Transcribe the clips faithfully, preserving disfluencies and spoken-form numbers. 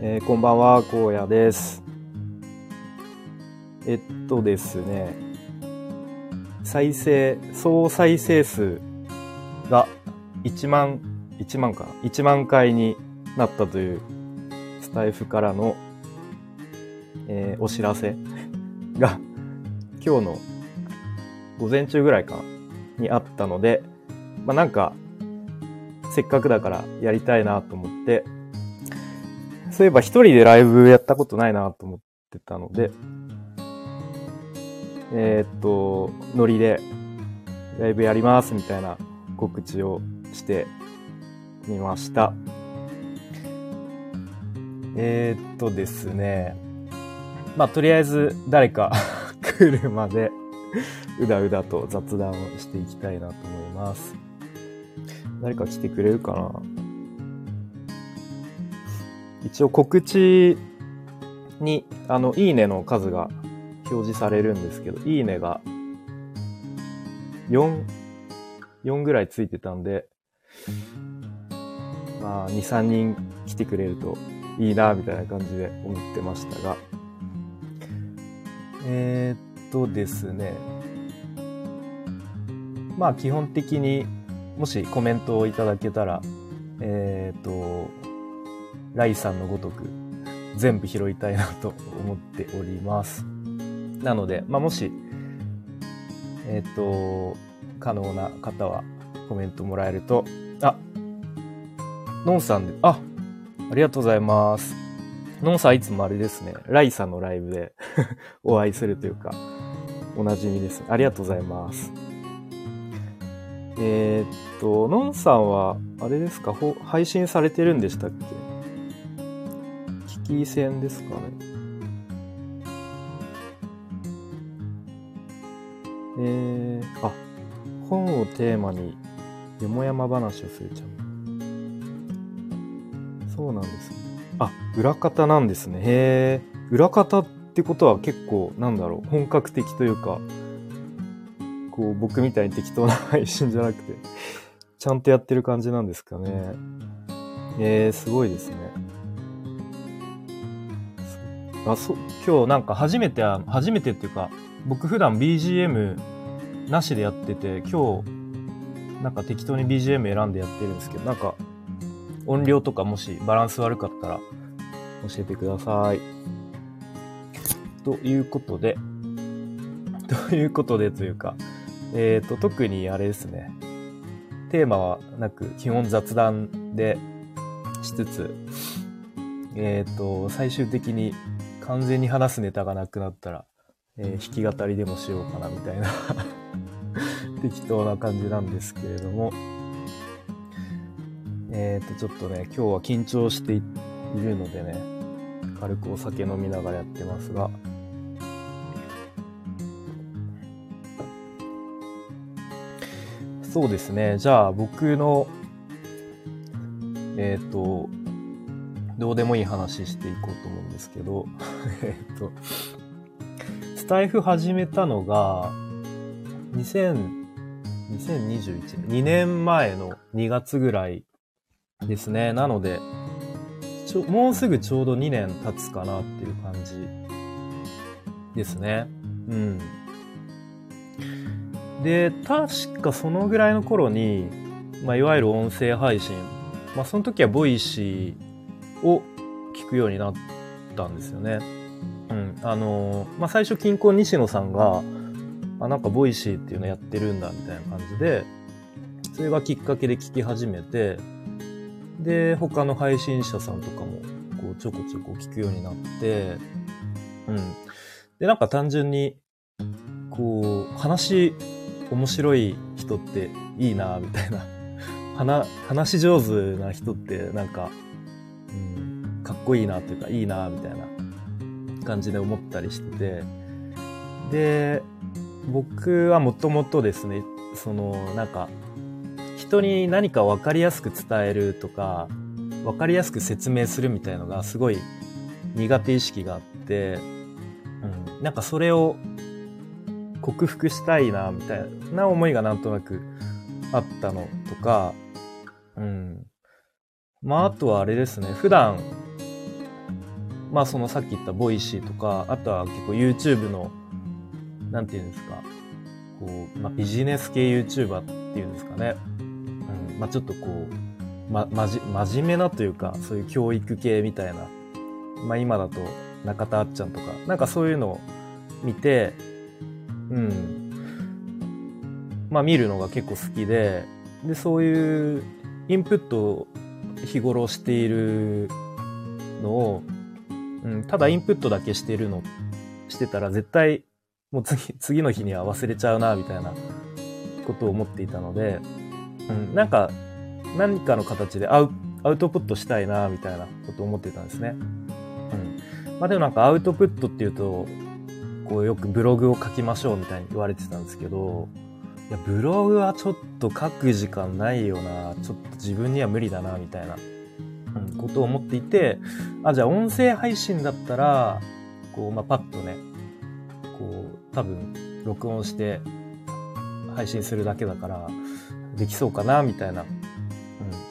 えー、こんばんは、荒野です。えっとですね、再生、総再生数がいちまん、いちまんかな ?いち 万回になったというスタイフからの、えー、お知らせが今日の午前中ぐらいかなにあったので、まあなんかせっかくだからやりたいなと思って、そういえば一人でライブやったことないなと思ってたので、えー、っと、ノリでライブやりますみたいな告知をしてみました。えー、っとですね、まあとりあえず誰か来るまでうだうだと雑談をしていきたいなと思います。誰か来てくれるかな。一応告知にあのいいねの数が表示されるんですけど、いいねがよん、よんぐらいついてたんで、まあに、さんにん来てくれるといいなみたいな感じで思ってましたが、えー、っとですね、まあ基本的にもしコメントをいただけたら、えー、っとライさんのごとく全部拾いたいなと思っております。なので、まあ、もし、えっと、可能な方はコメントもらえると、あ、のんさんで、あ、ありがとうございます。のんさんいつもあれですね、ライさんのライブでお会いするというか、おなじみですね。ありがとうございます。えー、っと、のんさんは、あれですか、配信されてるんでしたっけ？聞き戦ですかね。えー、あ、本をテーマによもやま話をするチャンネル。そうなんですね。あ、裏方なんですね。へー。裏方ってことは結構、なんだろう、本格的というか、こう、僕みたいに適当な配信じゃなくて、ちゃんとやってる感じなんですかね。えー、すごいですね。あ、そう、今日なんか初めて、初めてっていうか、僕普段 ビージーエム なしでやってて、今日なんか適当に ビージーエム 選んでやってるんですけど、なんか音量とかもしバランス悪かったら教えてください。ということで、ということでというか、えっと、特にあれですね、テーマはなく基本雑談でしつつ、えっと、最終的に完全に話すネタがなくなったら、えー、弾き語りでもしようかなみたいな適当な感じなんですけれども、えっとちょっとね、今日は緊張しているのでね、軽くお酒飲みながらやってますが、そうですね、じゃあ僕のえっとどうでもいい話していこうと思うんですけどえっとスタイフ始めたのがにせんにせんにじゅういちねん、にねんまえのにがつぐらいですね。なのでちょもうすぐちょうどにねん経つかなっていう感じですね。うん。で、確かそのぐらいの頃に、まあ、いわゆる音声配信、まあ、その時はボイシーを聞くようになったんですよね。うん。あのー、まあ、最初、金婚西野さんが、あ、なんかボイシーっていうのやってるんだみたいな感じで、それがきっかけで聞き始めて、で、他の配信者さんとかも、こう、ちょこちょこ聞くようになって、うん。で、なんか単純に、こう、話、面白い人っていいな、みたいな。話、話上手な人ってなんか、うん、かっこいいなというか、いいな、みたいな感じで思ったりしてて。で、僕はもともとですね、その、なんか、人に何か分かりやすく伝えるとか、分かりやすく説明するみたいのがすごい苦手意識があって、うん、なんかそれを克服したいな、みたいな思いがなんとなくあったのとか、うん。まあ、あとはあれですね、普段、 まあそのさっき言ったボイシーとか、あとは結構 YouTube の、なんていうんですか、こう、まあビジネス系 YouTuber っていうんですかね。うん、まあちょっとこう、ま、まじ、真面目なというか、そういう教育系みたいな。まあ今だと中田あっちゃんとか、なんかそういうのを見て、うん。まあ見るのが結構好きで、で、そういうインプットを日頃しているのを、うん、ただインプットだけしてるの、してたら絶対もう次、次の日には忘れちゃうな、みたいなことを思っていたので、うん、なんか何かの形でアウ、アウトプットしたいな、みたいなことを思ってたんですね。うん。まあでもなんかアウトプットっていうと、こうよくブログを書きましょうみたいに言われてたんですけど、いや、ブログはちょっと書く時間ないよな、ちょっと自分には無理だな、みたいな、うん、ことを思っていて、あ、じゃあ音声配信だったら、こう、まあ、パッとね、こう、多分、録音して配信するだけだから、できそうかな、みたいな、うん、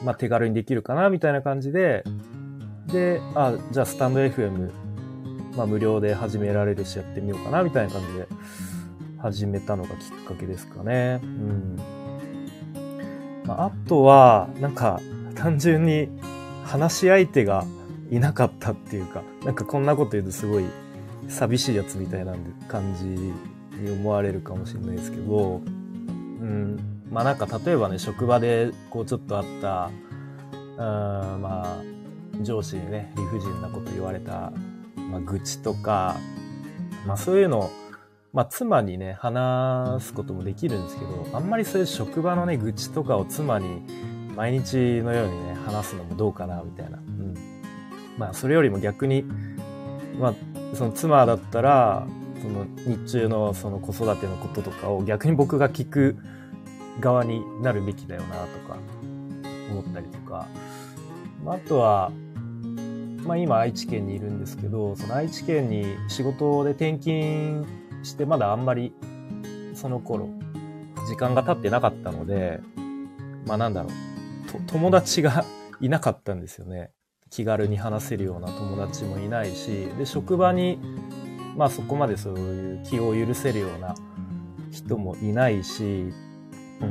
まあ、手軽にできるかな、みたいな感じで、で、あ、じゃあスタンド エフエム、まあ、無料で始められるしやってみようかな、みたいな感じで、始めたのがきっかけですかね。うん。まあ、あとは、なんか、単純に話し相手がいなかったっていうか、なんかこんなこと言うとすごい寂しいやつみたいな感じに思われるかもしれないですけど、うん。まあなんか例えばね、職場でこうちょっとあった、うん、まあ、上司にね、理不尽なこと言われた、まあ愚痴とか、まあそういうのを、まあ妻にね、話すこともできるんですけど、あんまりそういう職場のね、愚痴とかを妻に毎日のようにね、話すのもどうかな、みたいな。うん。まあそれよりも逆に、まあ、その妻だったら、その日中のその子育てのこととかを逆に僕が聞く側になるべきだよな、とか思ったりとか。あとは、まあ今愛知県にいるんですけど、その愛知県に仕事で転勤してまだあんまりその頃時間が経ってなかったので、まあなんだろう、と友達がいなかったんですよね。気軽に話せるような友達もいないし、で職場にまあそこまでそういう気を許せるような人もいないし、うん、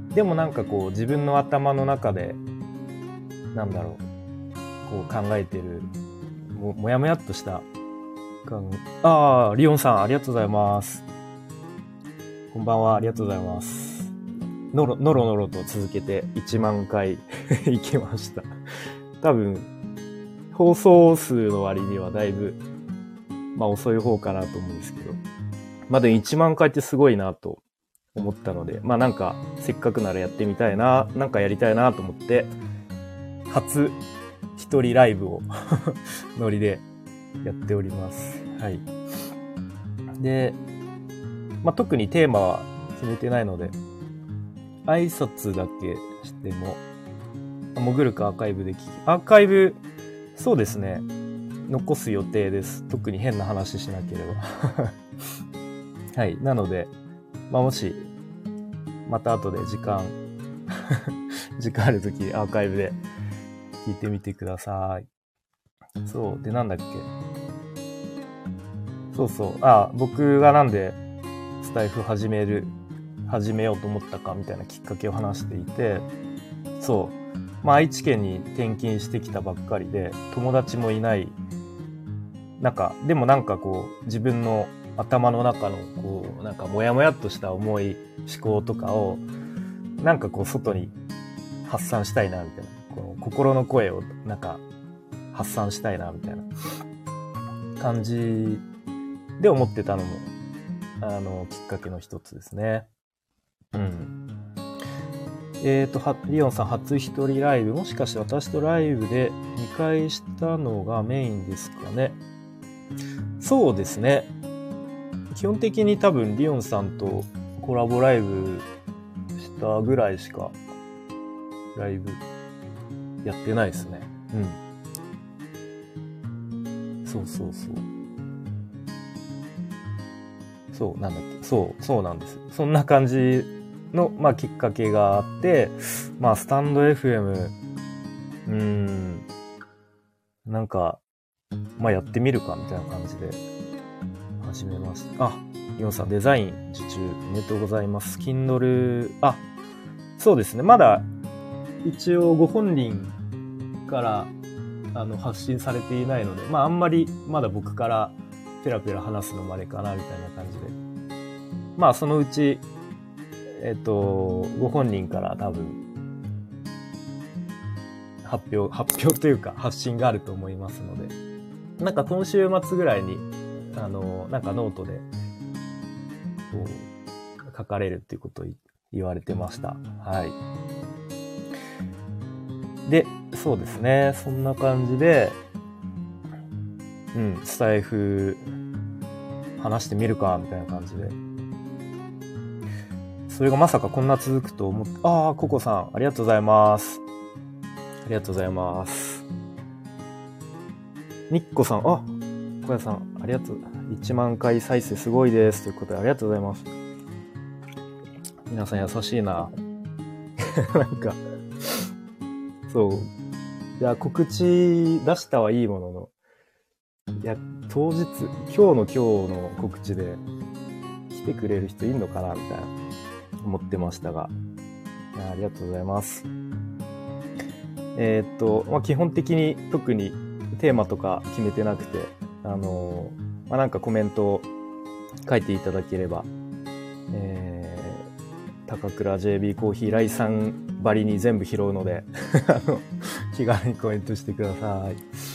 でもなんかこう自分の頭の中でなんだろう、こう考えてる も, もやもやっとしたああ、リオンさんありがとうございます。こんばんは、ありがとうございます。のろのろのろと続けていちまんかいいけました。多分放送数の割にはだいぶまあ遅い方かなと思うんですけど、まあでもいちまんかいってすごいなと思ったので、まあなんかせっかくならやってみたいな、なんかやりたいなと思って初一人ライブをノリでやっております。はい。で、まあ、特にテーマは決めてないので、挨拶だけしても、潜るかアーカイブで聞き、アーカイブ、そうですね、残す予定です。特に変な話しなければ。はい。なので、まあ、もし、また後で時間、時間あるときアーカイブで聞いてみてください。そう。で、なんだっけ。そうそう。あ、僕がなんでスタイフ始める、始めようと思ったかみたいなきっかけを話していて、そう。まあ愛知県に転勤してきたばっかりで、友達もいない。なんか、でもなんかこう、自分の頭の中のこう、なんかモヤモヤっとした思い、思考とかを、なんかこう外に発散したいな、みたいな。この心の声をなんか発散したいな、みたいな感じで思ってたのも、あの、きっかけの一つですね。うん。えっと、リオンさん初一人ライブ、もしかして私とライブでにかいしたのがメインですかね。そうですね。基本的に多分リオンさんとコラボライブしたぐらいしかライブやってないですね。うん。そうそうそう。そう、なんだっけ。そう、そうなんです。そんな感じの、まあ、きっかけがあって、まあ、スタンド エフエム、うーん、なんか、 まあやってみるかみたいな感じで始めました。あ、イオンさんデザイン受注おめでとうございます。Kindle、あ、そうですね。まだ一応ご本人からあの発信されていないので、まああんまりまだ僕からペラペラ話すのもあれかなみたいな感じで。まあそのうち、えっと、ご本人から多分発表、発表というか発信があると思いますので、なんか今週末ぐらいに、あの、なんかノートで、こう、書かれるっていうことを言われてました。はい。で、そうですね。そんな感じで、うん、スタイフ、話してみるか、みたいな感じで。それがまさかこんな続くと思って、ああ、ココさん、ありがとうございます。ありがとうございます。ニッコさん、あ、小屋さん、ありがとう。いちまんかい再生すごいです。ということで、ありがとうございます。皆さん優しいな。なんか、そう。いや、告知出したはいいものの、いや、当日、今日の今日の告知で来てくれる人いんのかなみたいな思ってましたが、いや、ありがとうございます。えー、っと、まあ、基本的に特にテーマとか決めてなくて、あのー、まあ、なんかコメントを書いていただければ、えー、高倉 ジェービー コーヒーライさんばりに全部拾うので、あの、気軽にコメントしてください。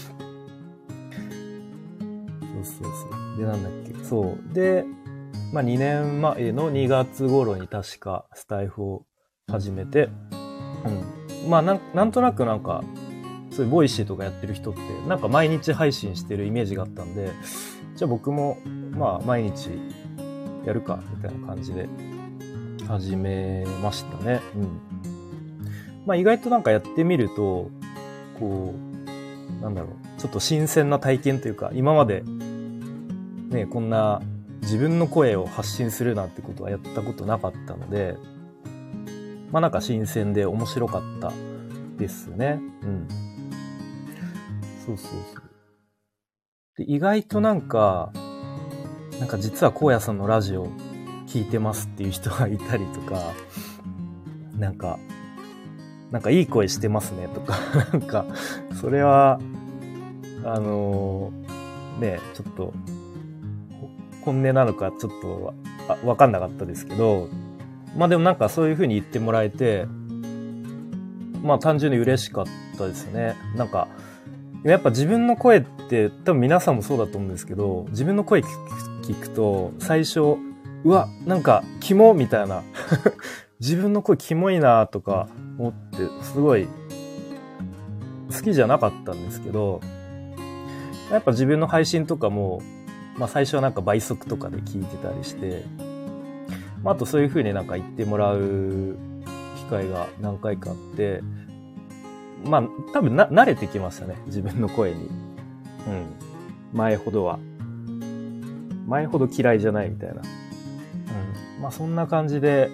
そうそうそう。で、なんだっけ。そう。で、まあにねんまえのにがつ頃に確かスタイフを始めて、うん。まあなん、なんとなくなんか、そういうボイシーとかやってる人って、なんか毎日配信してるイメージがあったんで、じゃあ僕も、まあ毎日やるか、みたいな感じで始めましたね。うん。まあ意外となんかやってみると、こう、なんだろう、ちょっと新鮮な体験というか、今まで、ね、こんな自分の声を発信するなんてことはやったことなかったので、まあなんか新鮮で面白かったですね。うん。そうそうそう。で、意外となんか、なんか実は荒野さんのラジオ聞いてますっていう人がいたりとか、なんか、なんかいい声してますねとか、なんか、それは、あのー、ね、ちょっと、本音なのかちょっとわかんなかったですけど、まあでもなんかそういう風に言ってもらえて、まあ単純に嬉しかったですね。なんか、やっぱ自分の声って多分皆さんもそうだと思うんですけど、自分の声聞くと最初、うわ、なんかキモみたいな、自分の声キモいなとか思ってすごい好きじゃなかったんですけど、やっぱ自分の配信とかも、まあ最初はなんか倍速とかで聞いてたりして、まああとそういう風になんか言ってもらう機会が何回かあって、まあ多分な慣れてきましたね、自分の声に。うん。前ほどは。前ほど嫌いじゃないみたいな。うん。まあそんな感じで、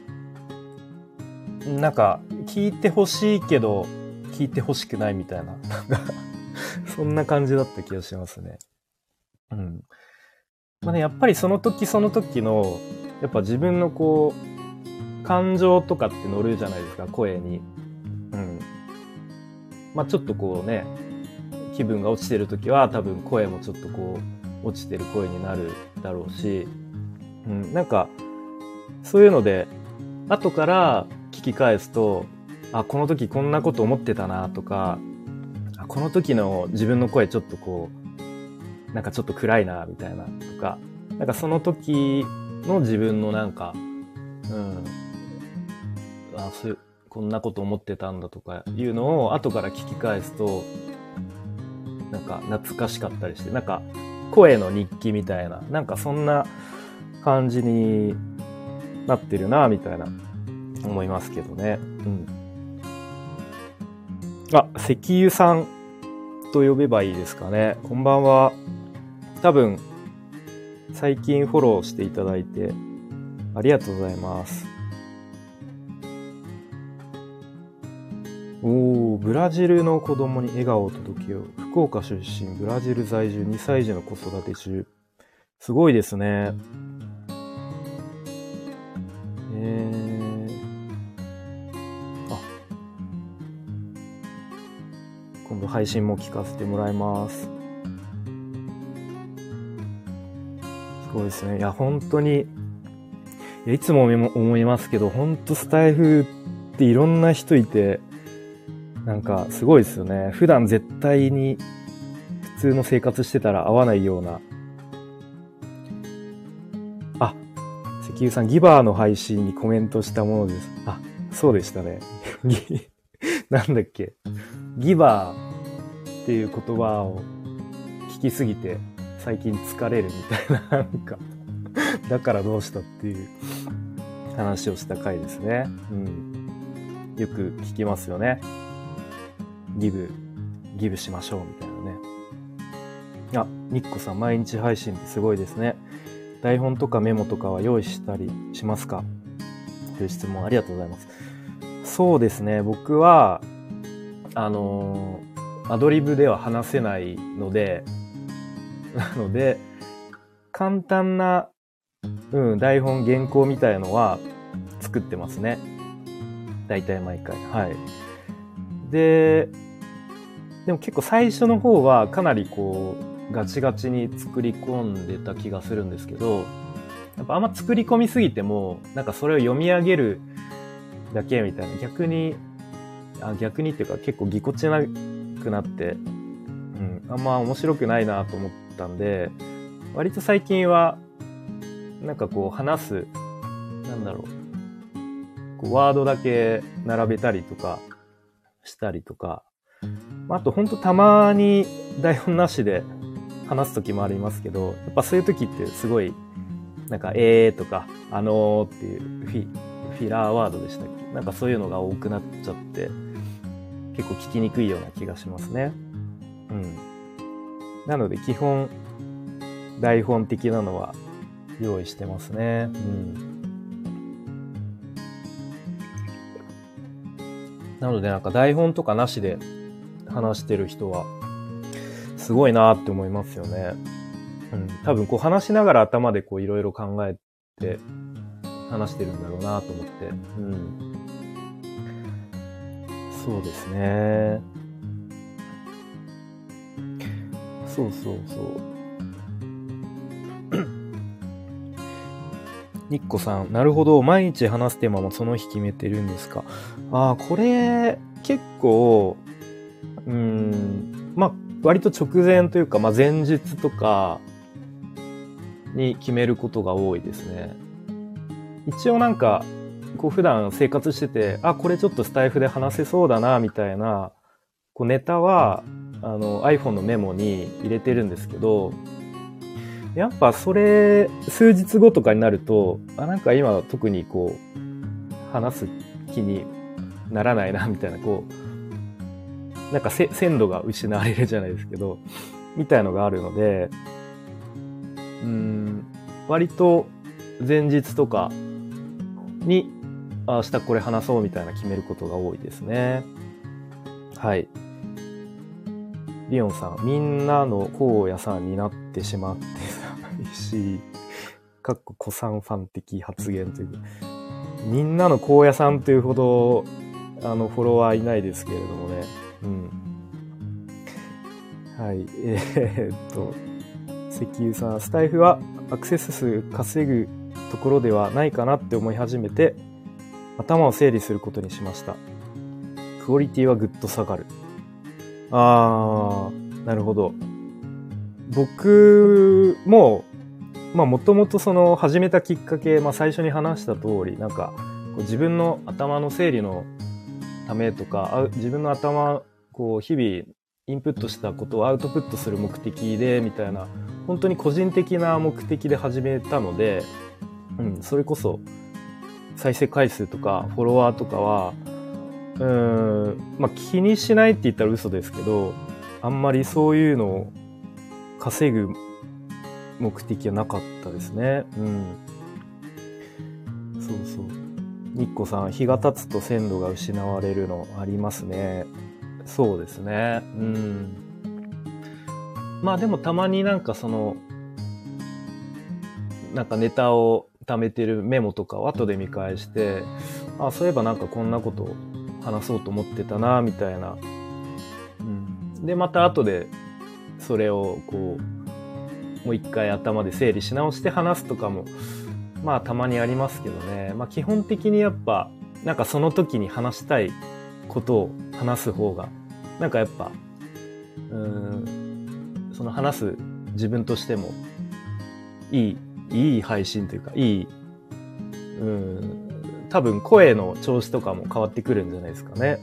なんか聞いてほしいけど聞いてほしくないみたいな。そんな感じだった気がしますね。うん。まあね、やっぱりその時その時の、やっぱ自分のこう、感情とかって乗るじゃないですか、声に。うん。まあちょっとこうね、気分が落ちてる時は多分声もちょっとこう、落ちてる声になるだろうし、うん。なんか、そういうので、後から聞き返すと、あ、この時こんなこと思ってたなとか、この時の自分の声ちょっとこう、なんかちょっと暗いなみたいなとか、なんかその時の自分のなんか、うん、あ、そういうこんなこと思ってたんだとかいうのを後から聞き返すと、なんか懐かしかったりして、なんか声の日記みたいな、なんかそんな感じになってるなみたいな思いますけどね。うん。あ、石油さんと呼べばいいですかね。こんばんは。多分、最近フォローしていただいて、ありがとうございます。おと、ブラジルの子供に笑顔を届けよう。福岡出身、ブラジル在住、にさい児の子育て中。すごいですね。えー、あ、今度配信も聞かせてもらいます。すごいですね。いや、本当に、いやいつも思いますけど、本当スタイフっていろんな人いて、なんかすごいですよね。普段絶対に普通の生活してたら合わないような。あ、石油さん、ギバーの配信にコメントしたものです。あ、そうでしたね。なんだっけ。ギバーっていう言葉を聞きすぎて最近疲れるみたいな、なんか、だからどうしたっていう話をした回ですね。うん。よく聞きますよね。ギブ、ギブしましょうみたいなね。あ、ニッコさん、毎日配信ってすごいですね。台本とかメモとかは用意したりしますか？という質問ありがとうございます。そうですね、僕は、あのー、アドリブでは話せないので、なので、簡単な、うん、台本、原稿みたいのは作ってますね。大体毎回。はい。で、でも結構最初の方はかなりこうガチガチに作り込んでた気がするんですけど、やっぱあんま作り込みすぎてもなんかそれを読み上げるだけみたいな、逆にあ逆にっていうか結構ぎこちなくなって、うん、あんま面白くないなと思ったんで、割と最近はなんかこう話すなんだろう、こうワードだけ並べたりとかしたりとか。あとほんとたまに台本なしで話す時もありますけど、やっぱそういう時ってすごいなんかえーとかあのーっていうフィ、フィラーワードでしたっけ？なんかそういうのが多くなっちゃって結構聞きにくいような気がしますね。うん。なので基本台本的なのは用意してますね。うん。なのでなんか台本とかなしで話してる人はすごいなって思いますよね。うん、多分こう話しながら頭でこういろいろ考えて話してるんだろうなと思って、うん、そうですね。そうそうそう。ニッコさん、なるほど。毎日話すテーマもその日決めてるんですか？ああ、これ結構。うーん、まあ割と直前というか、まあ、前日とかに決めることが多いですね。一応なんかこう普段生活してて、あ、これちょっとスタイフで話せそうだなみたいなこうネタはあの iPhone のメモに入れてるんですけど、やっぱそれ数日後とかになると、あ、なんか今特にこう話す気にならないなみたいな、こうなんかせ鮮度が失われるじゃないですけど、みたいのがあるので、うーん、割と前日とかに、明日これ話そうみたいな決めることが多いですね。はい。リオンさん、みんなの荒野さんになってしまって寂しい。かっこ子さんファン的発言という。みんなの荒野さんというほど、あの、フォロワーいないですけれどもね。うん。はい。えー、っと、石油さん、スタイフはアクセス数稼ぐところではないかなって思い始めて、頭を整理することにしました。クオリティはぐっと下がる。あー、なるほど。僕も、まあもともとその始めたきっかけ、まあ最初に話した通り、なんかこう自分の頭の整理のためとか、自分の頭、こう日々インプットしたことをアウトプットする目的でみたいな、本当に個人的な目的で始めたので、うん、それこそ再生回数とかフォロワーとかは、うーん、まあ気にしないって言ったら嘘ですけど、あんまりそういうのを稼ぐ目的はなかったですね。うん。そうそう。ニッコさん、日が経つと鮮度が失われるのありますね。 そうですね。うん。まあでもたまになんかその、なんかネタを貯めてるメモとかを後で見返して、あ、そういえばなんかこんなことを話そうと思ってたな、みたいな。うん、で、また後でそれをこう、もう一回頭で整理し直して話すとかも、まあたまにありますけどね。まあ基本的にやっぱ、なんかその時に話したいことを話す方が、なんかやっぱ、うーん、その話す自分としてもいい、いい配信というか、いい、うん、多分声の調子とかも変わってくるんじゃないですかね。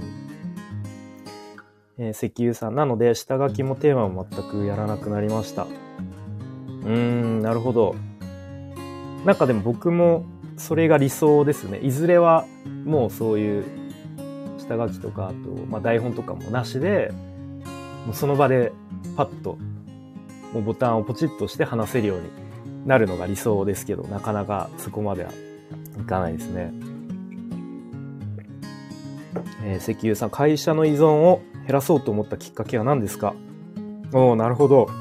うん、えー、石油さん。なので、下書きもテーマも全くやらなくなりました。うーん、なるほど。なんかでも僕もそれが理想ですね。いずれはもうそういう下書きとか、あと、まあ台本とかもなしで、もうその場でパッともうボタンをポチッとして話せるようになるのが理想ですけど、なかなかそこまではいかないですね。えー、石油さん、会社の依存を減らそうと思ったきっかけは何ですか？おー、なるほど。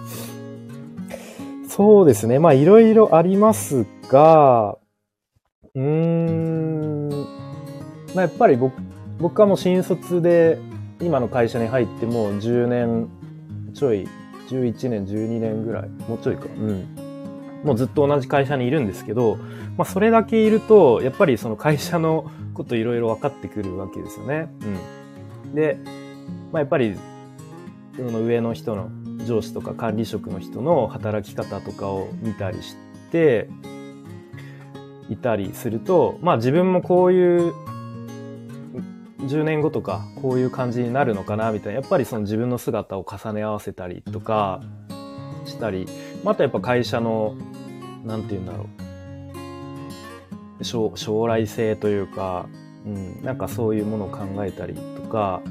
そうですね。まあいろいろありますが、うーん、まあやっぱり僕、僕はもう新卒で今の会社に入ってもうじゅうねんちょい、じゅういちねん、じゅうにねんぐらい、もうちょいか。うん。もうずっと同じ会社にいるんですけど、まあそれだけいると、やっぱりその会社のこといろいろ分かってくるわけですよね。うん。で、まあやっぱり、その上の人の上司とか管理職の人の働き方とかを見たりしていたりすると、まあ自分もこういうじゅうねんごとかこういう感じになるのかなみたいな、やっぱりその自分の姿を重ね合わせたりとかしたり、またやっぱ会社のなんていうんだろう、将、将来性というか、うん、なんかそういうものを考えたりとか、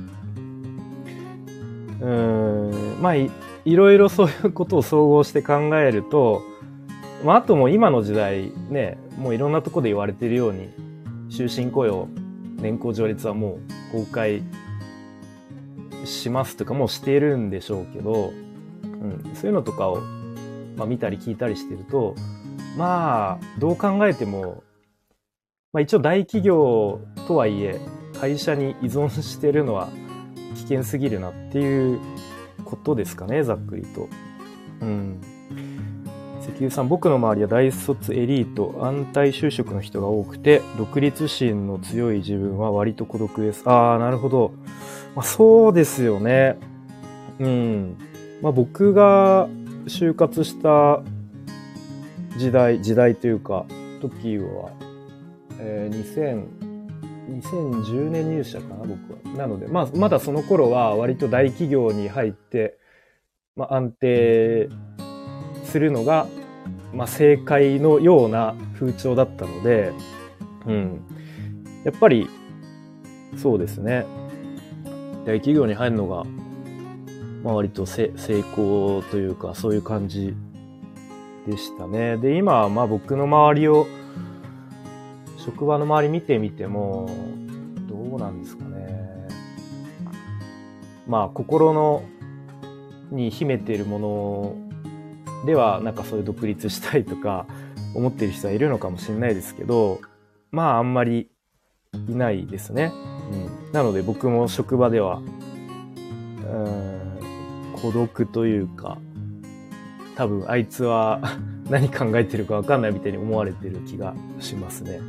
うーん、まあ い, いろいろそういうことを総合して考えると、まあ、あともう今の時代ね、もういろんなところで言われているように、終身雇用、年功序列はもう崩壊しますとかもうしているんでしょうけど、うん、そういうのとかを、まあ、見たり聞いたりしてると、まあどう考えても、まあ、一応大企業とはいえ会社に依存してるのは危険すぎるなっていうことですかね、ざっくりと。うん。石油さん、僕の周りは大卒エリート、安泰就職の人が多くて、独立心の強い自分は割と孤独です。ああ、なるほど。まあ、そうですよね。うん。まあ、僕が就活した時代、時代というか、時は、えー、にせん、にせんじゅうねん入社かな、僕は。なので、まあ、まだその頃は割と大企業に入って、まあ、安定するのが、まあ、正解のような風潮だったので、うん。やっぱり、そうですね。大企業に入るのが、まあ、割と成功というか、そういう感じでしたね。で、今はまあ僕の周りを、職場の周り見てみても、どうなんですかね。まあ、心の、に秘めているものでは、なんかそういう独立したいとか思っている人はいるのかもしれないですけど、まああんまりいないですね。うん、なので僕も職場では、うーん、孤独というか、多分あいつは何考えてるかわかんないみたいに思われてる気がしますね。うん、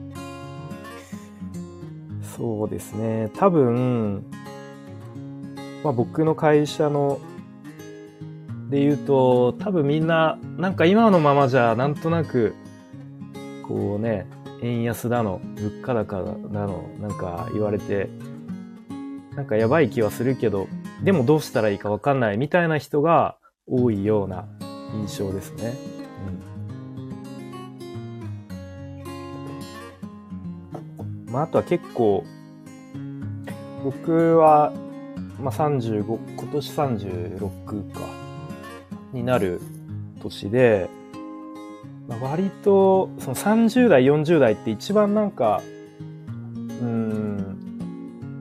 そうですね。多分、まあ僕の会社ので言うと、多分みんな、なんか今のままじゃ、なんとなく、こうね、円安だの、物価高だの、なんか言われて、なんかやばい気はするけど、でもどうしたらいいかわかんないみたいな人が多いような印象ですね。うん。まああとは結構、僕は、まあさんじゅうご、今年さんじゅうろくか。になる年で、まあ、割とそのさんじゅう代よんじゅう代って一番なんかうーん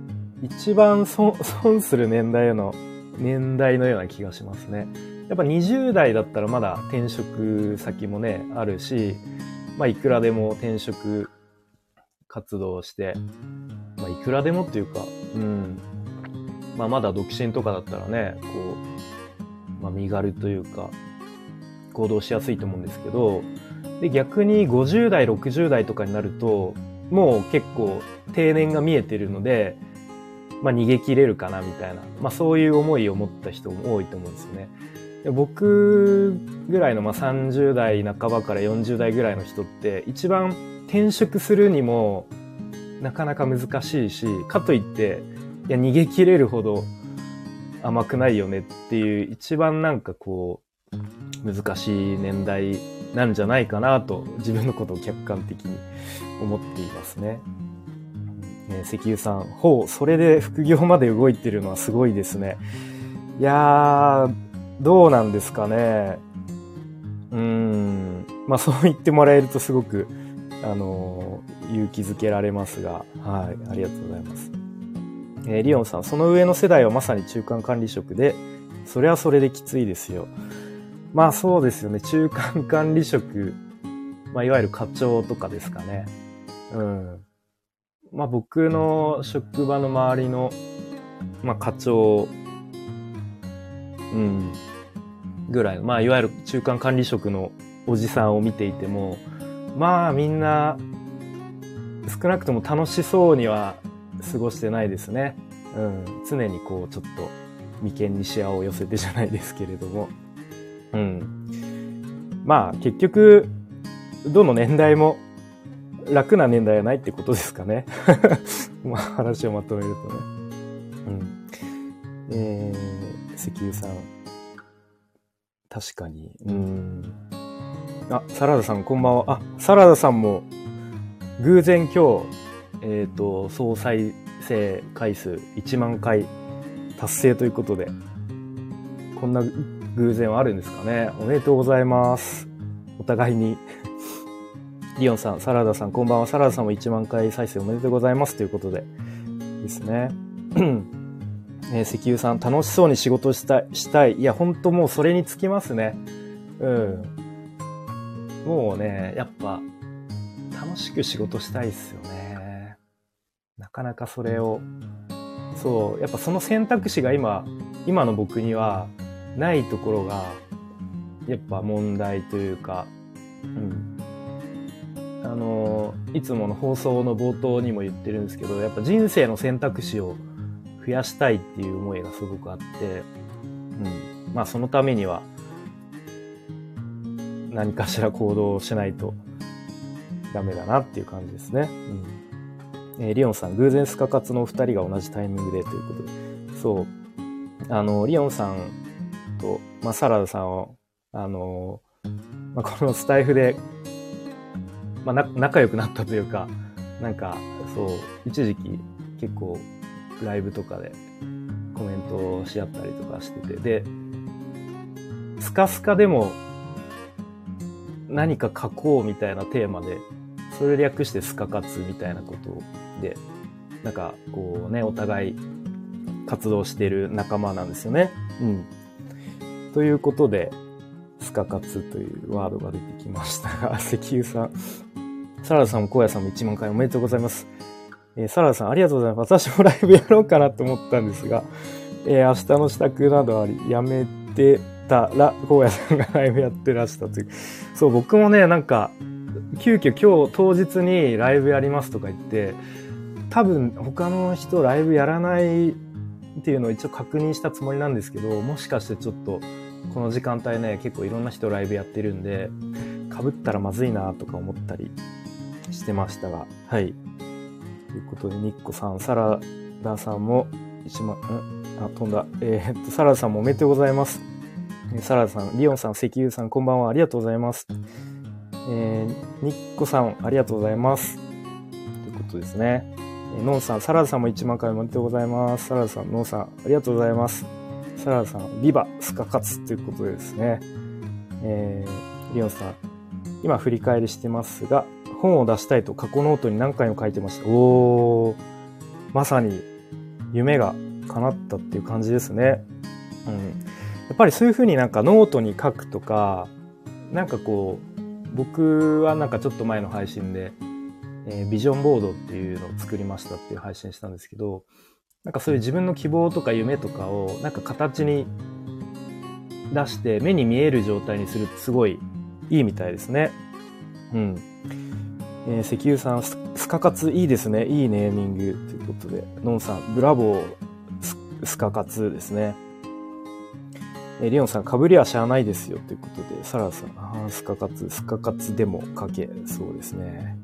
一番損、損する年代の、年代のような気がしますね。やっぱにじゅう代だったらまだ転職先もね、あるし、まあいくらでも転職活動して、まあいくらでもっていうか、うん。まあまだ独身とかだったらね、こう、まあ身軽というか、行動しやすいと思うんですけど、で逆にごじゅう代、ろくじゅう代とかになると、もう結構定年が見えてるので、まあ逃げ切れるかなみたいな、まあそういう思いを持った人も多いと思うんですよね。で僕ぐらいのまあさんじゅう代半ばからよんじゅう代ぐらいの人って一番転職するにもなかなか難しいし、かといっていや逃げ切れるほど甘くないよねっていう一番なんかこう難しい年代なんじゃないかなと自分のことを客観的に思っていますね。えー、石油さん、ほう、それで副業まで動いてるのはすごいですね。いやー、どうなんですかね。うーん、まあそう言ってもらえるとすごく、あのー、勇気づけられますが、はい、ありがとうございます。えー、リオンさん、その上の世代はまさに中間管理職で、それはそれできついですよ。まあそうですよね。中間管理職、まあいわゆる課長とかですかね。うん。まあ僕の職場の周りの、まあ課長、うん、ぐらい、まあいわゆる中間管理職のおじさんを見ていても、まあみんな少なくとも楽しそうには過ごしてないですね。うん。常にこうちょっと眉間にしわを寄せてじゃないですけれども。うん。まあ結局どの年代も楽な年代はないってことですかね。まあ話をまとめるとね。うん。えー、石油さん。確かに。うん。あ、サラダさんこんばんは。あ、サラダさんも偶然今日、えっと、総再生回数いちまん回達成ということで、こんな偶然はあるんですかね。おめでとうございます。お互いに。リオンさん、サラダさん、こんばんは。サラダさんもいちまん回再生おめでとうございますということでですね。えー、石油さん、楽しそうに仕事したい。したい。いや、ほんともうそれにつきますね。うん。もうね、やっぱ、楽しく仕事したいっすよね。なかなかそれを、そう、やっぱその選択肢が今、今の僕にはないところが、やっぱ問題というか、うん。あの、いつもの放送の冒頭にも言ってるんですけど、やっぱ人生の選択肢を増やしたいっていう思いがすごくあって、うん。まあそのためには、何かしら行動をしないとダメだなっていう感じですね。うん。えー、リオンさん、偶然スカカツのお二人が同じタイミングでということで。そう。あの、リオンさんと、まあ、サラダさんを、あの、まあ、このスタイフで、まあ、な、仲良くなったというか、なんか、そう、一時期結構ライブとかでコメントをし合ったりとかしてて、で、スカスカでも何か書こうみたいなテーマで、それ略してスカ活みたいなことで、なんかこうね、お互い活動している仲間なんですよね。うん。ということで、スカ活というワードが出てきましたが、石油さん、サラダさんも荒野さんもいちまん回おめでとうございます。えー、サラダさんありがとうございます。私もライブやろうかなと思ったんですが、えー、明日の支度などあり、やめてたら、荒野さんがライブやってらしたという。そう、僕もね、なんか、急遽今日当日にライブやりますとか言って、多分他の人ライブやらないっていうのを一応確認したつもりなんですけど、もしかしてちょっとこの時間帯ね、結構いろんな人ライブやってるんで、被ったらまずいなとか思ったりしてましたが、はい。ということで、ニッコさん、サラダさんも一万、んあ、飛んだ。えー、っと、サラダさんもおめでとうございます。サラダさん、リオンさん、石油さん、こんばんは。ありがとうございます。えー、ニッコさん、ありがとうございます。ということですね。えー、ノンさん、サラダさんもいちまん回おめでとうございます。サラダさん、ノンさん、ありがとうございます。サラダさん、ビバ、スカカツということでですね。えー、リオンさん、今振り返りしてますが、本を出したいと過去ノートに何回も書いてました。おー、まさに夢が叶ったっていう感じですね。うん。やっぱりそういう風になんかノートに書くとか、なんかこう、僕はなんかちょっと前の配信で、えー、ビジョンボードっていうのを作りましたっていう配信したんですけど、なんかそういう自分の希望とか夢とかをなんか形に出して目に見える状態にするってすごいいいみたいですね。うん。えー、石油さん、ススカ活いいですね。いいネーミングということで。ノンさん、ブラボース、スカ活ですね。えー、リオンさん、被りはしゃあないですよということで。サラさん、あスカ活、スカ活でも書け。そうですね。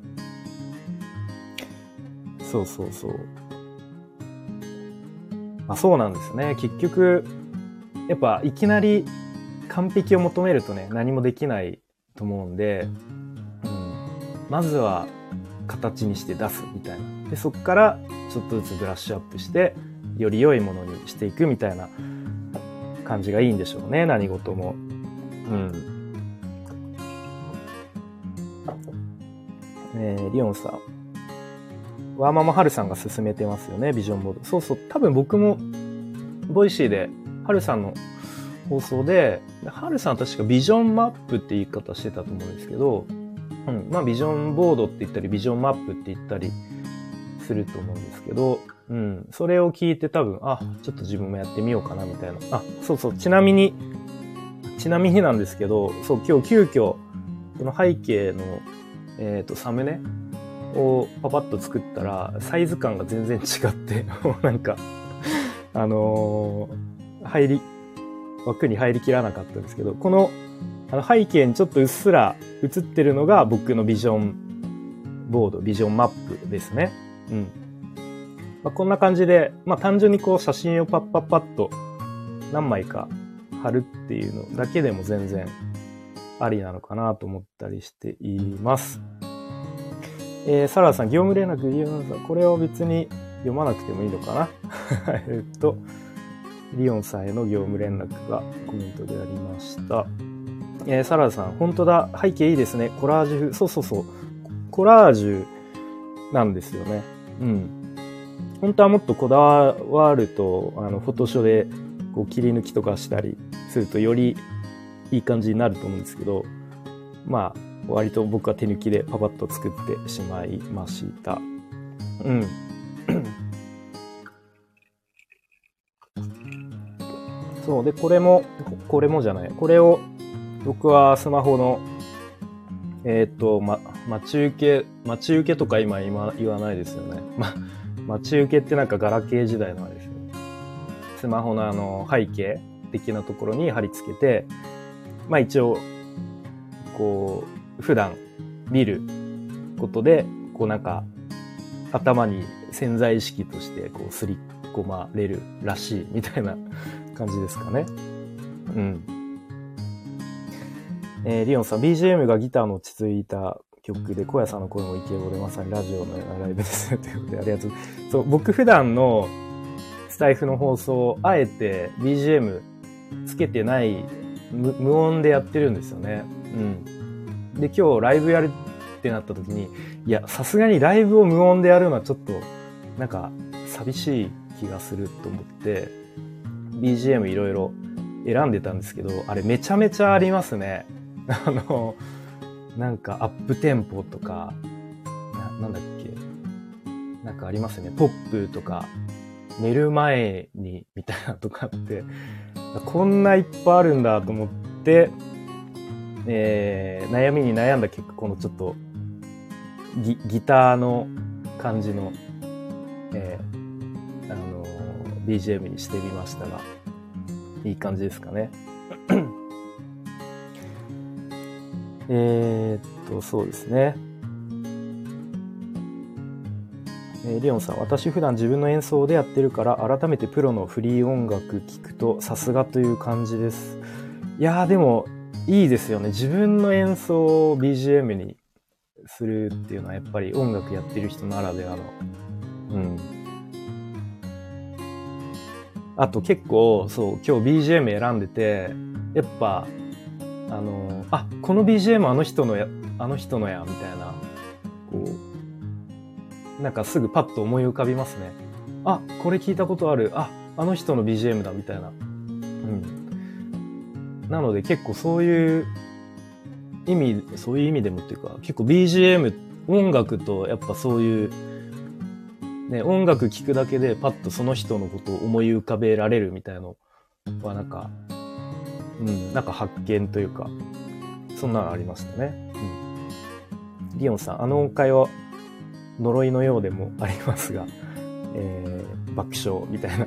そうそうそう。まあそうなんですね。結局、やっぱいきなり完璧を求めるとね、何もできないと思うんで、うん、まずは形にして出すみたいな。で、そこからちょっとずつブラッシュアップして、より良いものにしていくみたいな感じがいいんでしょうね、何事も。うん。えー、リオンさん。ワーママハルさんが勧めてますよね、ビジョンボード。そうそう、多分僕も、ボイシーで、ハルさんの放送で、ハルさん確かビジョンマップって言い方してたと思うんですけど、うん、まあビジョンボードって言ったり、ビジョンマップって言ったりすると思うんですけど、うん、それを聞いて多分、あ、ちょっと自分もやってみようかなみたいな。あ、そうそう、ちなみに、ちなみになんですけど、そう、今日急遽、この背景の、えっと、サムネをパパッと作ったら、サイズ感が全然違って、もうなんか、あのー、入り、枠に入りきらなかったんですけど、この、あの背景にちょっとうっすら映ってるのが僕のビジョンボード、ビジョンマップですね。うん。まあ、こんな感じで、まあ単純にこう写真をパッパッパッと何枚か貼るっていうのだけでも全然ありなのかなと思ったりしています。えー、サラさん、業務連絡、リオンさん、これは別に読まなくてもいいのかなえっと、リオンさんへの業務連絡がコメントでありました。えー、サラさん、本当だ、背景いいですね。コラージュ風。そうそうそう。コラージュなんですよね。うん。本当はもっとこだわると、あの、フォトショーでこう切り抜きとかしたりするとよりいい感じになると思うんですけど、まあ、割と僕は手抜きでパパッと作ってしまいました。うん。そう。で、これも、これもじゃない。これを、僕はスマホの、えっと、ま、待ち受け、待ち受けとか今、今言わないですよね。ま、待ち受けってなんかガラケー時代のあれですよね。スマホのあの、背景的なところに貼り付けて、まあ一応、こう、普段見ることで、こうなんか、頭に潜在意識としてこうすり込まれるらしいみたいな感じですかね。うん。えー、リオンさん、ビージーエム がギターの落ち着いた曲で、小屋さんの声もイケボで、まさにラジオのようなライブですね。ということで、ありがとう。そう、僕普段のスタイフの放送、あえて ビージーエム つけてない無、無音でやってるんですよね。うん。で、今日ライブやるってなった時に、いや、さすがにライブを無音でやるのはちょっと、なんか、寂しい気がすると思って、ビージーエム いろいろ選んでたんですけど、あれめちゃめちゃありますね。あの、なんかアップテンポとか、な、なんだっけ。なんかありますね。ポップとか、寝る前にみたいなとかって、こんないっぱいあるんだと思って、えー、悩みに悩んだ結果、このちょっとギ、ギターの感じの、えー、あのー、ビージーエム にしてみましたが、いい感じですかね。えーっと、そうですね。えー、リオンさん、私普段自分の演奏でやってるから、改めてプロのフリー音楽聴くと、さすがという感じです。いやー、でも、いいですよね。自分の演奏を ビージーエム にするっていうのは、やっぱり音楽やってる人ならではの。うん。あと結構、そう、今日 ビージーエム 選んでて、やっぱ、あの、あ、この ビージーエム あの人のや、あの人のや、みたいな、こう、なんかすぐパッと思い浮かびますね。 あ、これ聞いたことある。あ、あの人の ビージーエム だみたいな。うん。なので結構そういう意味、そういう意味でもっていうか、結構 ビージーエム、音楽とやっぱそういう、ね、音楽聴くだけでパッとその人のことを思い浮かべられるみたいなのはなんか、うん、なんか発見というか、そんなのありましたね。うん。リオンさん、あの音階は呪いのようでもありますが、えー、爆笑みたいな、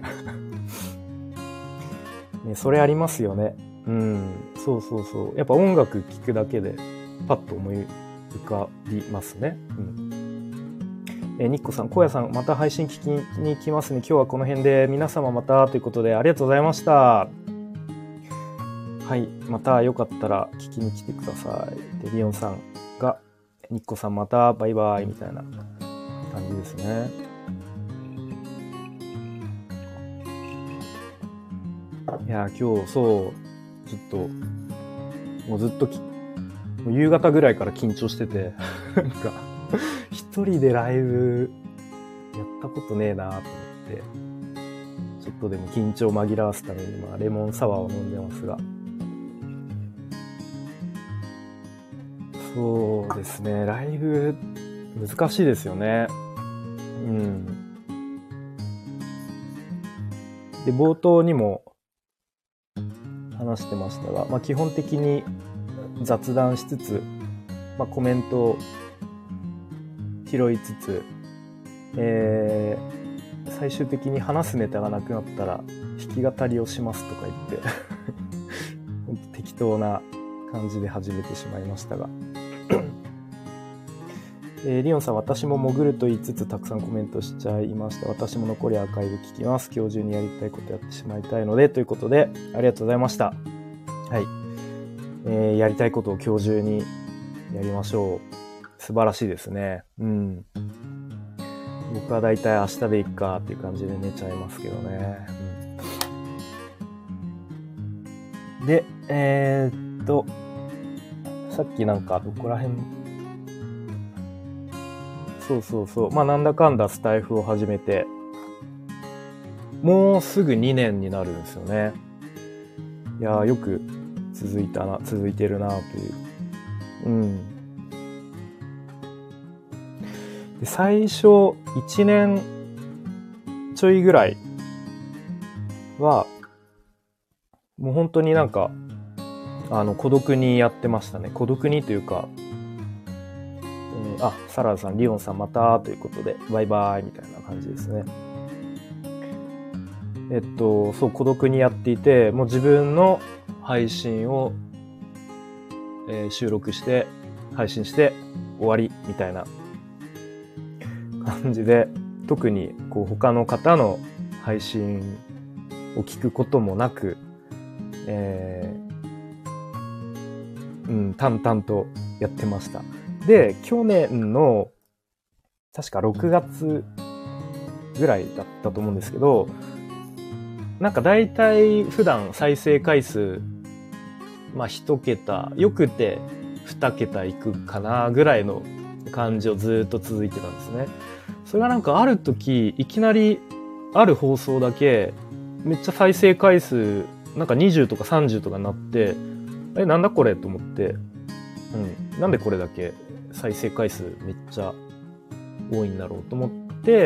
ね。それありますよね。うん、そうそうそう。やっぱ音楽聴くだけでパッと思い浮かびますね。うん。えー、ニッコさん、コヤさん、また配信聞きに来ますね。今日はこの辺で皆様またということでありがとうございました。はい。またよかったら聞きに来てください。で、リオンさんが、ニッコさんまたバイバイみたいな感じですね。いや、今日、そう、ちょっと、もうずっとき、もう夕方ぐらいから緊張してて、なんか、一人でライブやったことねえなと思って、ちょっとでも緊張を紛らわすために、まあ、レモンサワーを飲んでますが、そうですね、ライブ難しいですよね。うん。で、冒頭にも話してましたが、まあ基本的に雑談しつつ、まあコメントを拾いつつ、えー、最終的に話すネタがなくなったら弾き語りをしますとか言って、本当適当な感じで始めてしまいましたが。えー、リオンさん、私も潜ると言いつつたくさんコメントしちゃいました。私も残りアーカイブ聞きます。今日中にやりたいことやってしまいたいので、ということで、ありがとうございました。はい。えー、やりたいことを今日中にやりましょう。素晴らしいですね。うん。僕はだいたい明日でいいかっていう感じで寝ちゃいますけどね。うん、で、えー、っと、さっきなんかどこら辺、そうそうそう。まあなんだかんだスタイフを始めて、もうすぐにねんになるんですよね。いやー、よく続いたな、続いてるなという。うん。で、最初いちねんちょいぐらいは、もう本当になんか、あの、孤独にやってましたね。孤独にというか、あ、サラダさん、リオンさんまたということで、バイバイみたいな感じですね。えっと、そう、孤独にやっていて、もう自分の配信を、えー、収録して、配信して終わりみたいな感じで、特にこう他の方の配信を聞くこともなく、えー、うん、淡々とやってました。で、去年の、確かろくがつぐらいだったと思うんですけど、なんか大体普段再生回数、まあ一桁、よくて二桁いくかなぐらいの感じをずっと続いてたんですね。それがなんかある時、いきなりある放送だけ、めっちゃ再生回数、なんかにじゅうとかさんじゅうとかになって、え、なんだこれと思って、うん、なんでこれだけ再生回数めっちゃ多いんだろうと思って、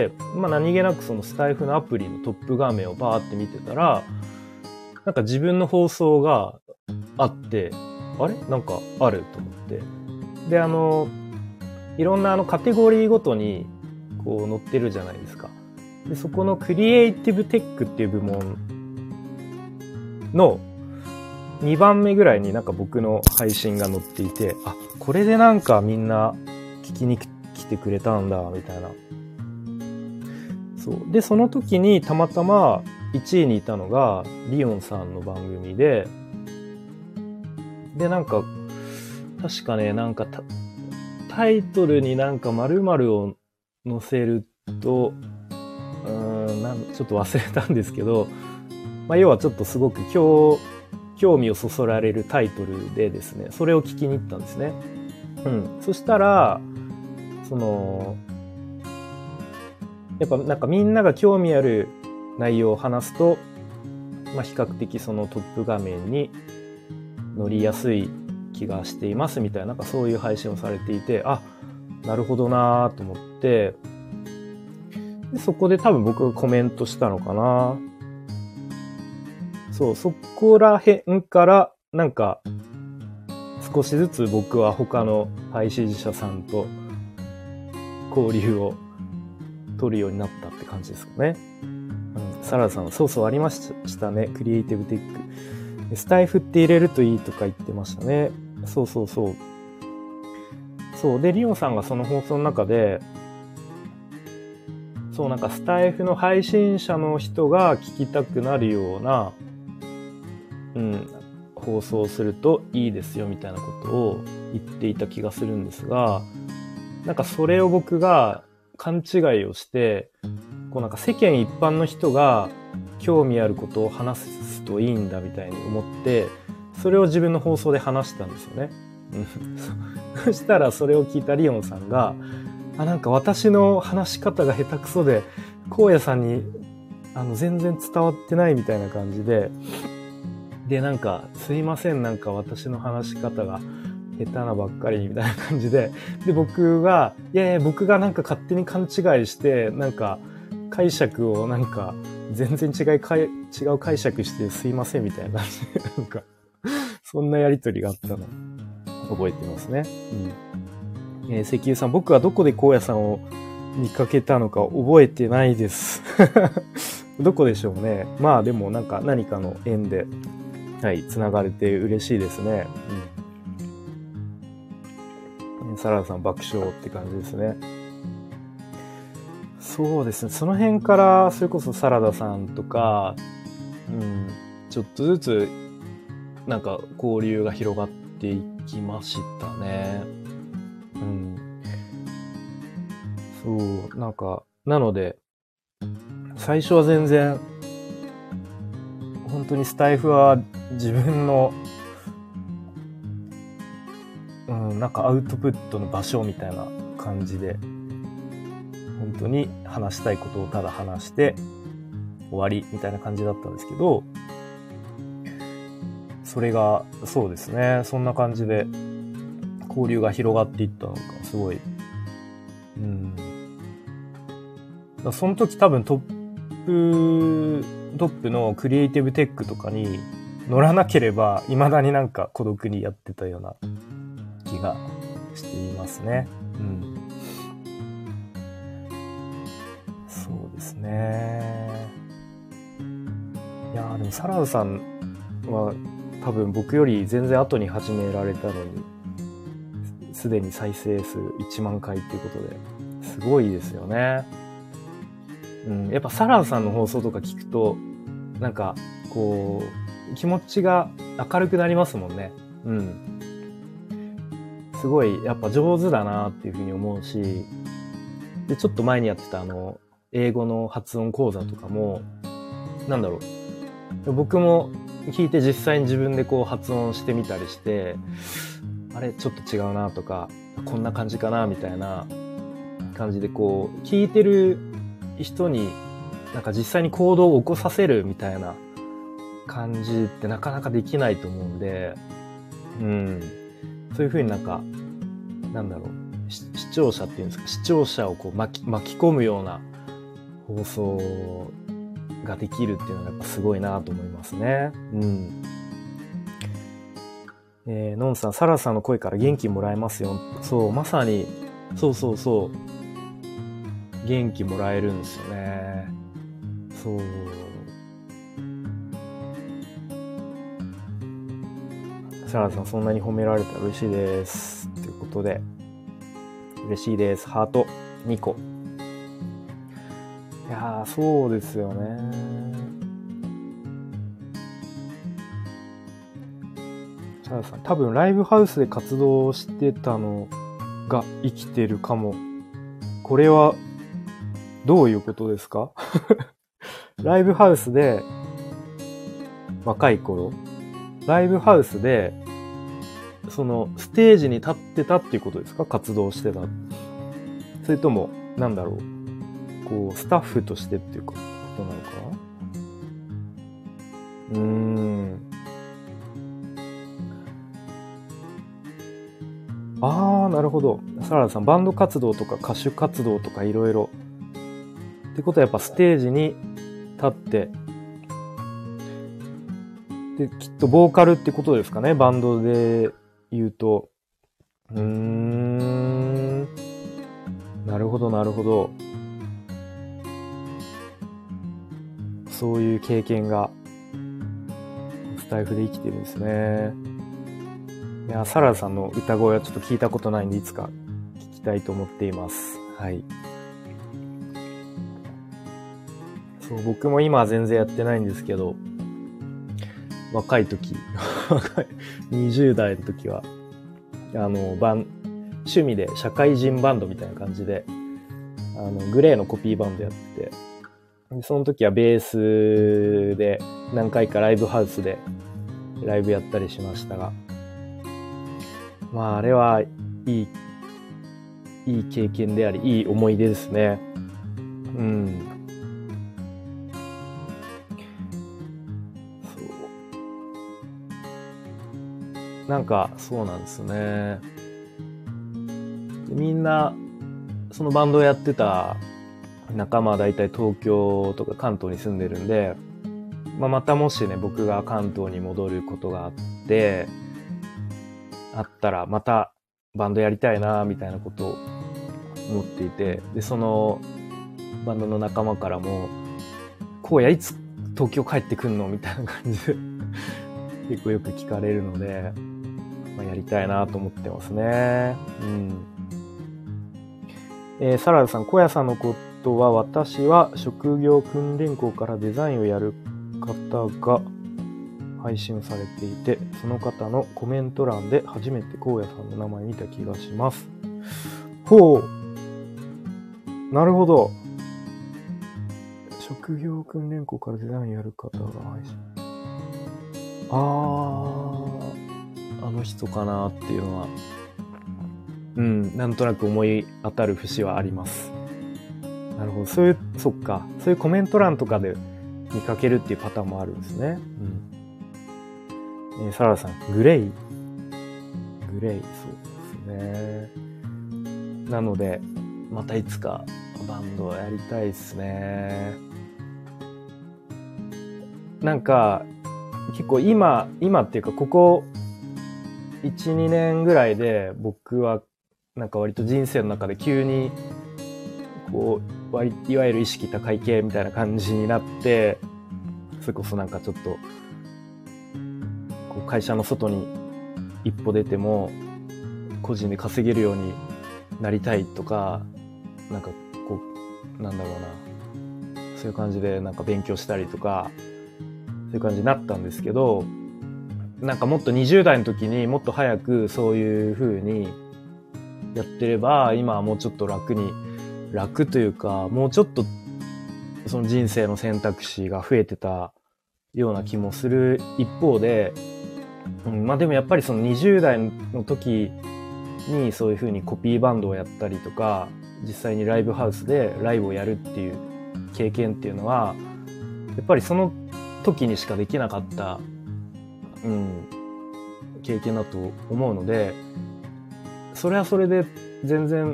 まあ何気なくそのスタイフのアプリのトップ画面をバーって見てたら、なんか自分の放送があって、あれなんかあると思って。で、あの、いろんなあのカテゴリーごとにこう載ってるじゃないですか。で、そこのクリエイティブテックっていう部門のにばんめぐらいになんか僕の配信が載っていて、あ、これでなんかみんな聞きに来てくれたんだ、みたいな。そう。で、その時にたまたまいちいにいたのがリオンさんの番組で、で、なんか、確かね、なんかタイトルになんか〇〇を載せると、うーん、なんちょっと忘れたんですけど、まあ、要はちょっとすごく興興味をそそられるタイトルでですね、それを聞きに行ったんですね。うん。そしたら、その、 やっぱなんかみんなが興味ある内容を話すと、まあ比較的そのトップ画面に乗りやすい気がしていますみたいな、なんかそういう配信をされていて、あ、なるほどなと思って、でそこで多分僕がコメントしたのかな。そう、そこら辺からなんか少しずつ僕は他の配信者さんと交流を取るようになったって感じですかね。うん、サラダさんはそうそうありましたね。クリエイティブテック。スタイフって入れるといいとか言ってましたね。そうそうそう。そう。で、リオンさんがその放送の中で、そうなんかスタイフの配信者の人が聞きたくなるような、うん、放送するといいですよみたいなことを言っていた気がするんですが、なんかそれを僕が勘違いをして、こうなんか世間一般の人が興味あることを話すといいんだみたいに思って、それを自分の放送で話したんですよね。そしたらそれを聞いたリオンさんが、あ、なんか私の話し方が下手くそで、荒野さんにあの全然伝わってないみたいな感じで、で、なんか、すいません、なんか私の話し方が下手なばっかりみたいな感じで、で、僕が、いやいや、僕がなんか勝手に勘違いして、なんか、解釈をなんか、全然違いかい、違う解釈してすいませんみたいな感じで、なんか、そんなやりとりがあったの、覚えてますね。うん。えー、石油さん、僕はどこで荒野さんを見かけたのか覚えてないです。どこでしょうね。まあでもなんか何かの縁で、はい、繋がれて嬉しいですね。うん。サラダさん爆笑って感じですね。そうですね。その辺から、それこそサラダさんとか、うん、ちょっとずつ、なんか交流が広がっていきましたね。うん。そう、なんか、なので、最初は全然、本当にスタイフは自分の、うん、なんかアウトプットの場所みたいな感じで、本当に話したいことをただ話して終わりみたいな感じだったんですけど、それが、そうですね、そんな感じで交流が広がっていったのがすごい、うん。だその時多分トップ、トップのクリエイティブテックとかに乗らなければ未だになんか孤独にやってたような気がしていますね。うん。そうですね。いやーでもサラダさんは多分僕より全然後に始められたのに、すでに再生数いちまんかいっていうことで、すごいですよね。うん、やっぱサラダさんの放送とか聞くと、なんか、こう、気持ちが明るくなりますもんね。うん。すごい、やっぱ上手だなっていうふうに思うし、で、ちょっと前にやってたあの、英語の発音講座とかも、なんだろう。僕も聞いて実際に自分でこう発音してみたりして、あれ、ちょっと違うなとか、こんな感じかなみたいな感じでこう、聞いてる人になんか実際に行動を起こさせるみたいな感じってなかなかできないと思うんで、うん。そういう風になんか、なんだろう、視聴者っていうんですか、視聴者をこう巻き、巻き込むような放送ができるっていうのがやっぱすごいなと思いますね。うん。えー、のんさん、サラさんの声から元気もらえますよ。そう、まさに、そうそうそう。元気もらえるんですよね。そう。サラさん、そんなに褒められたら嬉しいです。ということで、嬉しいです。ハートにこ。いやー、そうですよね。サラさん、多分ライブハウスで活動してたのが生きてるかも。これは、どういうことですか？ライブハウスで、若い頃、ライブハウスで、その、ステージに立ってたっていうことですか？活動してた。それとも、なんだろう。 こうスタッフとしてっていうことなのかな。うーん。ああ、なるほど。サラダさん、バンド活動とか歌手活動とかいろいろ。ってことはやっぱステージに立って、で、きっとボーカルってことですかね、バンドで言うと。うーん。なるほど、なるほど。そういう経験がスタイフで生きてるんですね。いや、サラダさんの歌声はちょっと聞いたことないんで、いつか聞きたいと思っています。はい。そう、僕も今は全然やってないんですけど、若い時、若い、にじゅう代の時は、あの、バン、趣味で社会人バンドみたいな感じで、あの、グレーのコピーバンドやってて、その時はベースで何回かライブハウスでライブやったりしましたが、まああれはいい、いい経験であり、いい思い出ですね。うん。そう。なんかそうなんですね。みんな、そのバンドをやってた仲間は大体東京とか関東に住んでるんで、まあ、またもしね、僕が関東に戻ることがあって、あったらまたバンドやりたいな、みたいなことを思っていて、で、そのバンドの仲間からも、こうやいつ東京帰ってくんのみたいな感じで結構よく聞かれるので、まあ、やりたいなと思ってますね。うん。えー、サラダさん、小屋さんのことは、私は職業訓練校からデザインをやる方が配信をされていて、その方のコメント欄で初めて荒野さんの名前見た気がします。ほう。なるほど。職業訓練校からデザインやる方が配信。あー、あの人かなっていうのは、うん、なんとなく思い当たる節はあります。なるほど。そういう、そっか。そういうコメント欄とかで見かけるっていうパターンもあるんですね。うん。えー、サラダさん、グレイグレイ、そうですね。なので、またいつかバンドをやりたいですね。なんか、結構今、今っていうか、ここいち、にねんぐらいで僕はなんか割と人生の中で急にこう割いわゆる意識高い系みたいな感じになって、それこそなんかちょっとこう会社の外に一歩出ても個人で稼げるようになりたいとか、なんかこうなんだろうな、そういう感じでなんか勉強したりとか、そういう感じになったんですけど、なんかもっとにじゅう代の時にもっと早くそういう風にやってれば、今はもうちょっと楽に、楽というか、もうちょっとその人生の選択肢が増えてたような気もする一方で、うん、まあでもやっぱりそのにじゅう代の時にそういう風にコピーバンドをやったりとか、実際にライブハウスでライブをやるっていう経験っていうのは、やっぱりその時にしかできなかった、うん、経験だと思うので、それはそれで全然、うん、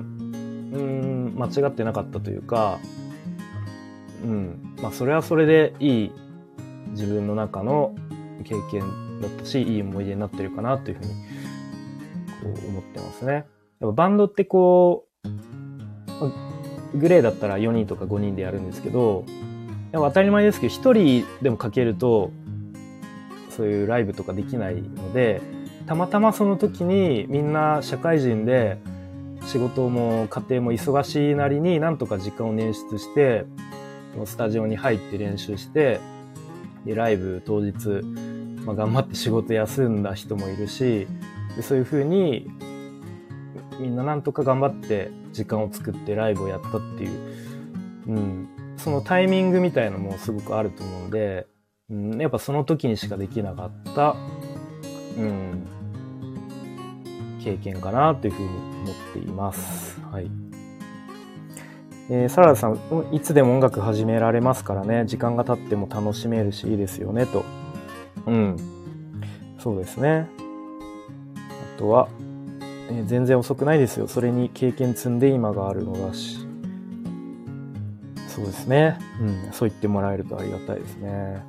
間違ってなかったというか、うん、まあそれはそれでいい自分の中の経験だったし、いい思い出になってるかなというふうにこう思ってますね。やっぱバンドってこう、グレーだったらよにんとかごにんでやるんですけど、当たり前ですけどひとりでもかけるとそういうライブとかできないので、たまたまその時にみんな社会人で仕事も家庭も忙しいなりになんとか時間を捻出してスタジオに入って練習して、でライブ当日、まあ、頑張って仕事休んだ人もいるし、でそういう風にみんななんとか頑張って時間を作ってライブをやったっていう、うん、そのタイミングみたいなのもすごくあると思うので、うん、やっぱその時にしかできなかった、うん、経験かなというふうに思っています。はい。 えー、サラダさん、いつでも音楽始められますからね。時間が経っても楽しめるしいいですよね、と。うん。そうですね。あとは、えー、全然遅くないですよ。それに経験積んで今があるのだし。そうですね。うん。そう言ってもらえるとありがたいですね。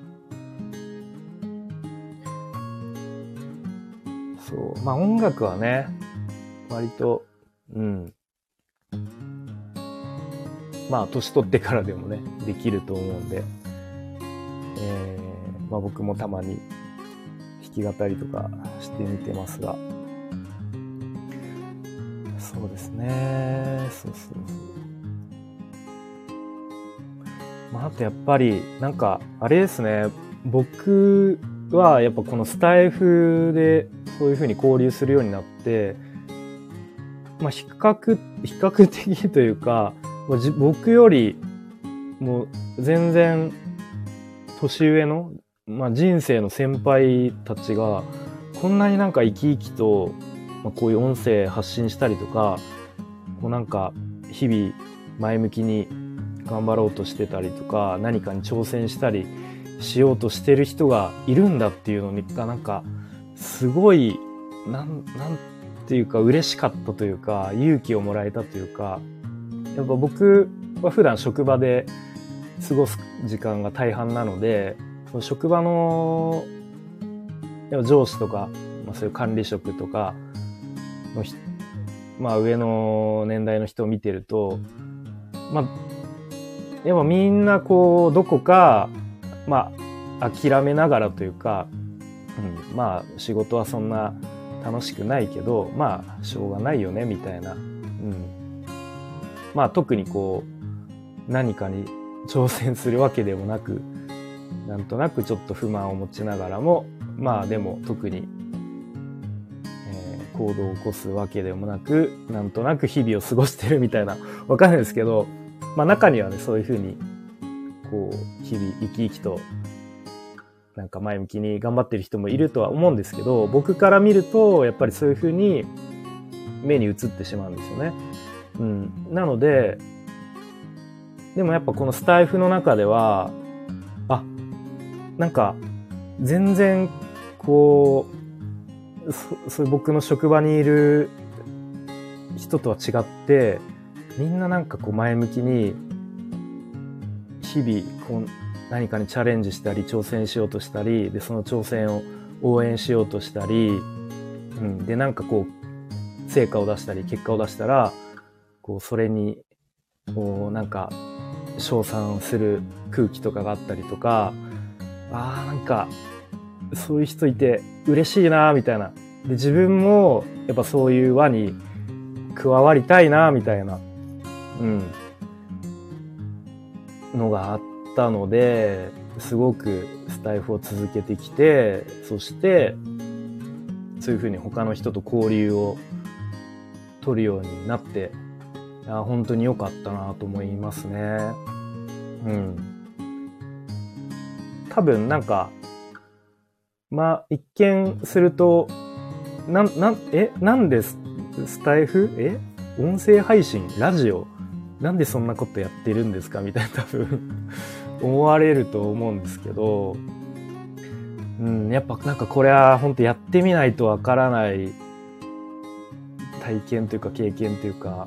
そう。まあ音楽はね、割と、うん。まあ年取ってからでもね、できると思うんで、えー、まあ僕もたまに弾き語りとかしてみてますが、そうですね。そうそうそう。まああとやっぱり、なんか、あれですね、僕はやっぱこのスタイフでそういう風に交流するようになって、まあ比較、比較的というか、僕よりもう全然年上の、まあ、人生の先輩たちがこんなになんか生き生きと、まあ、こういう音声発信したりとか、こうなんか日々前向きに頑張ろうとしてたりとか、何かに挑戦したりしようとしてる人がいるんだっていうのがなんかすごいなん、なんていうか嬉しかったというか、勇気をもらえたというか、やっぱ僕は普段職場で過ごす時間が大半なので、職場の上司とか、まあ、そういう管理職とかの、まあ、上の年代の人を見てると、まあ、やっぱみんなこうどこか、まあ、諦めながらというか、うん、まあ仕事はそんな楽しくないけど、まあしょうがないよねみたいな、うん、まあ特にこう何かに挑戦するわけでもなく、なんとなくちょっと不満を持ちながらも、まあでも特に、えー、行動を起こすわけでもなく、なんとなく日々を過ごしてるみたいな、わかんないですけど、まあ中にはね、そういうふうに、こう、日々生き生きと、なんか前向きに頑張ってる人もいるとは思うんですけど、僕から見ると、やっぱりそういうふうに目に映ってしまうんですよね。うん。なので、でもやっぱこのスタイフの中では、あ、なんか、全然、こう、そ、そういう僕の職場にいる人とは違って、みんななんかこう前向きに、日々、こう、何かにチャレンジしたり、挑戦しようとしたり、で、その挑戦を応援しようとしたり、うん、で、なんかこう、成果を出したり、結果を出したら、こう、それに、こう、なんか、称賛する空気とかがあったりとか、ああ、なんか、そういう人いて嬉しいな、みたいな。で、自分も、やっぱそういう輪に加わりたいな、みたいな、うん、のがあったので、すごくスタイフを続けてきて、そして、そういうふうに他の人と交流を取るようになって、いや本当に良かったなと思いますね。うん。多分なんか、まあ、一見すると、なん、なん、え、なんでス、スタイフえ音声配信ラジオなんでそんなことやってるんですかみたいな多分思われると思うんですけど、うん、やっぱなんかこれは本当やってみないとわからない体験というか経験というか、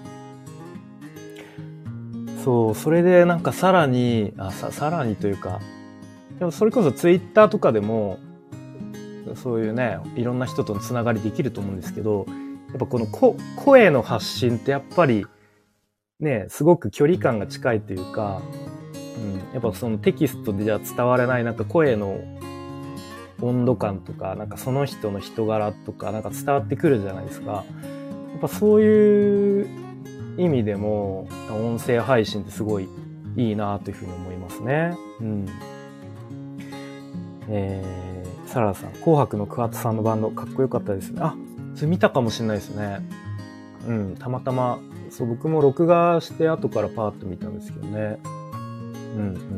そう、それでなんかさらに、あ、さ、さらにというか、でもそれこそツイッターとかでも、そういうね、いろんな人とのつながりできると思うんですけど、やっぱこのこ声の発信ってやっぱりね、すごく距離感が近いというか、うん、やっぱそのテキストでじゃ伝わらないなんか声の温度感とか、なんかその人の人柄とかなんか伝わってくるじゃないですか。やっぱそういう意味でも音声配信ってすごいいいなというふうに思いますね。うん。えー、サラダさん、紅白の桑田さんのバンドかっこよかったですね。あ、それ見たかもしれないですね。うん、たまたま、そう、僕も録画して後からパーッと見たんですけどね。うんうん。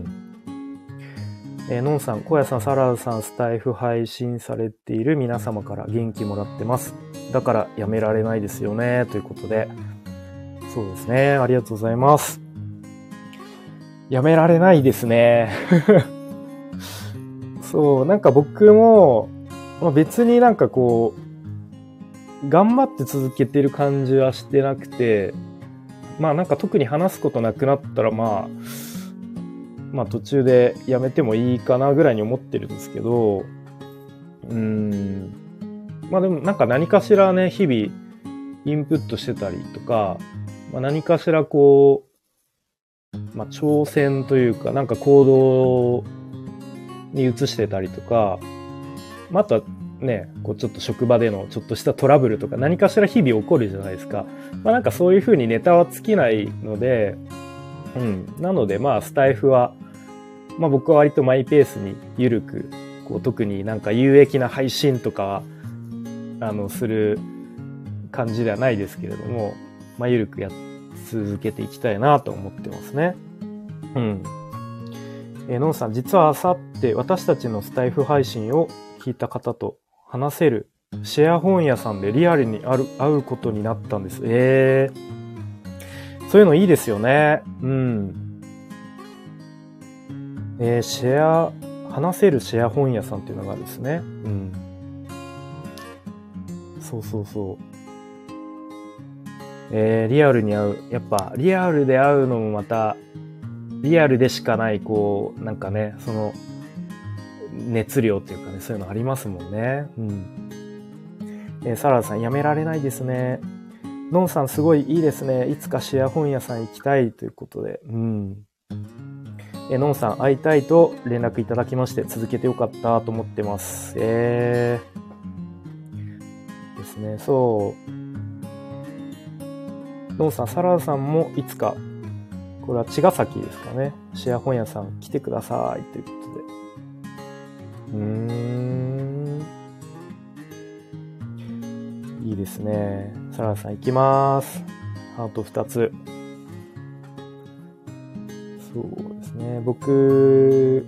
えー、のんさん、小屋さん、サラダさん、スタイフ配信されている皆様から元気もらってます。だからやめられないですよね。ということで。 そうですね。ありがとうございます。やめられないですね。そう、なんか僕も、まあ、別になんかこう、頑張って続けてる感じはしてなくて、まあなんか特に話すことなくなったらまあ、まあ途中でやめてもいいかなぐらいに思ってるんですけど、うーん、まあでもなんか何かしらね、日々インプットしてたりとか、まあ、何かしらこう、まあ挑戦というか、なんか行動に移してたりとか、まあ、あとはね、こうちょっと職場でのちょっとしたトラブルとか何かしら日々起こるじゃないですか。まあなんかそういう風にネタは尽きないので、うん。なのでまあスタイフは、まあ僕は割とマイペースに緩く、こう特になんか有益な配信とか、あの、する感じではないですけれども、まあ緩くやっ続けていきたいなと思ってますね。うん。えー、のんさん、実はあさって私たちのスタイフ配信を聞いた方と話せるシェア本屋さんでリアルにある会うことになったんです。えー、そういうのいいですよね。うん。えー、シェア、話せるシェア本屋さんっていうのがあるんですね。うん。そうそうそう。えー、リアルに会う。やっぱ、リアルで会うのもまた、リアルでしかない、こう、なんかね、その、熱量っていうかね、そういうのありますもんね。うん。えー、サラダさん、やめられないですね。ノンさん、すごいいいですね。いつかシェア本屋さん行きたいということで。うん。えー、ノンさん、会いたいと連絡いただきまして、続けてよかったと思ってます。えー。ですね、そう。ノンさん、サラダさんもいつか、これは茅ヶ崎ですかね。シェア本屋さん来てくださいということで。うーん。いいですね。サラダさん行きます。ハートふたつ。そうですね。僕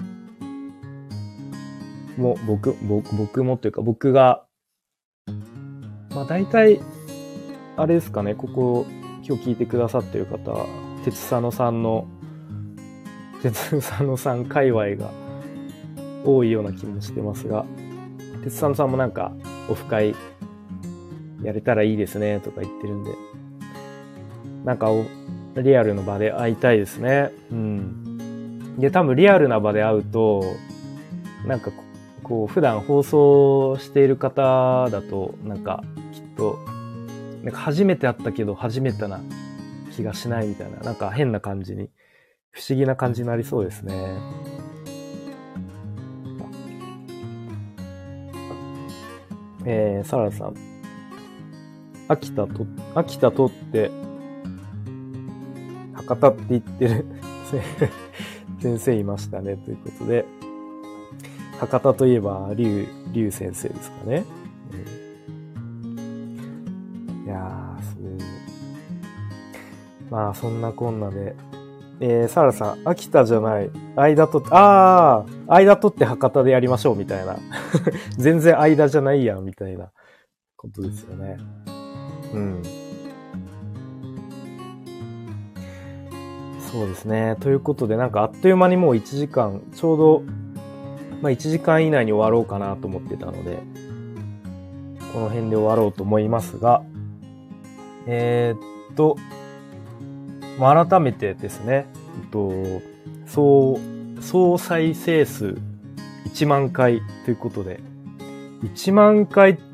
も、僕、僕、僕もというか僕が、まあ大体、あれですかね、ここ、今日聞いてくださっている方は、鉄佐野さんの、鉄佐野さん界隈が多いような気もしてますが、鉄佐野さんもなんか、オフ会やれたらいいですね、とか言ってるんで、なんか、リアルの場で会いたいですね。うん。で、多分リアルな場で会うと、なんか、こう、普段放送している方だと、なんか、きっと、なんか初めて会ったけど初めてな気がしないみたいな、なんか変な感じに、不思議な感じになりそうですね。えー、サラさん。秋田と、秋田とって、博多って言ってる先生いましたね。ということで、博多といえば、龍、龍先生ですかね。いやー、そう。まあ、そんなこんなで。えー、サラさん、秋田じゃない。間とって、あー、間とって博多でやりましょう、みたいな。全然間じゃないやん、みたいなことですよね。うん。そうですね。ということで、なんかあっという間にもういちじかん、ちょうど、まあいちじかん以内に終わろうかなと思ってたので、この辺で終わろうと思いますが、えー、っと、まあ、改めてですね、えっと、総、総再生数いちまんかいということで、いちまんかいって、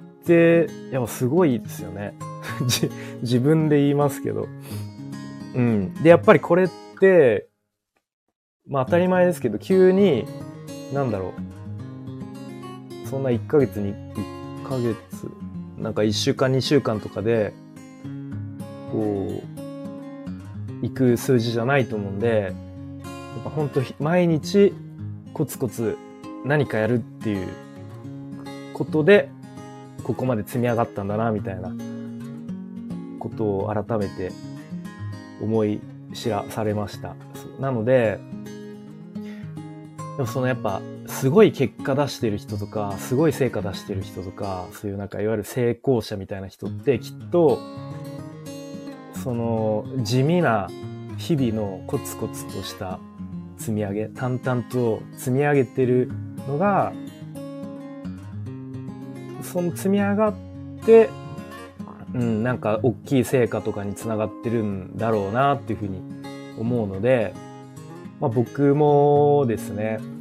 やっぱすごいですよね。自分で言いますけど。うん。で、やっぱりこれって、まあ当たり前ですけど、急に、なんだろう。そんないっかげつに、いっかげつ、なんかいっしゅうかんにしゅうかんとかで、こう、行く数字じゃないと思うんで、やっぱ本当毎日コツコツ何かやるっていうことで、ここまで積み上がったんだな、みたいなことを改めて思い知らされました。なので、でもそのやっぱ、すごい結果出してる人とか、すごい成果出してる人とか、そういうなんかいわゆる成功者みたいな人ってきっと、 その地味な日々のコツコツとした積み上げ、淡々と積み上げてるのが、その積み上がって、うん、なんか大きい成果とかにつながってるんだろうなっていうふうに思うので、まあ僕もですね、うん、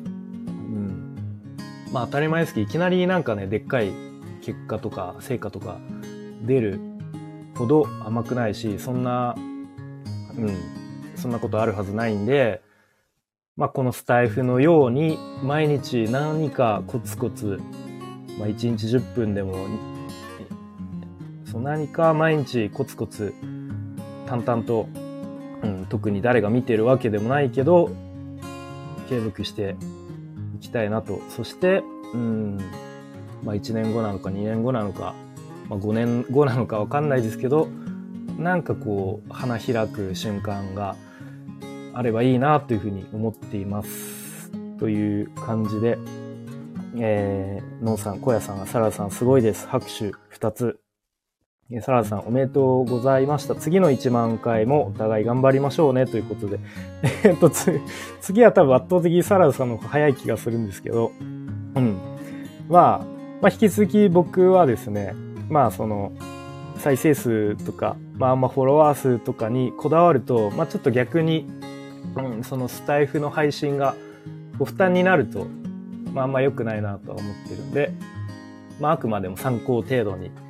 まあ当たり前ですけど、いきなりなんかね、でっかい結果とか成果とか出るほど甘くないし、そんな、うん、そんなことあるはずないんで、まあこのスタイフのように毎日何かコツコツ、まあいちにちじゅっぷんでも、そう何か毎日コツコツ淡々と、うん、特に誰が見てるわけでもないけど継続していきたいなと。そして、うん、まあいちねんごなのかにねんごなのか、まあ、ごねんごなのかわかんないですけど、なんかこう花開く瞬間があればいいなというふうに思っていますという感じで、えー、ノンさん、小屋さん、サラさんすごいです。拍手ふたつ。サラさんおめでとうございました。次のいちまんかいもお互い頑張りましょうねということで。えっと、つ、次は多分圧倒的にサラさんの方が早い気がするんですけど、うん。まあ、まあ引き続き僕はですね、まあその、再生数とか、まああんまフォロワー数とかにこだわると、まあちょっと逆に、うん、そのスタイフの配信がご負担になると、まああんま良くないなとは思ってるんで、まああくまでも参考程度に、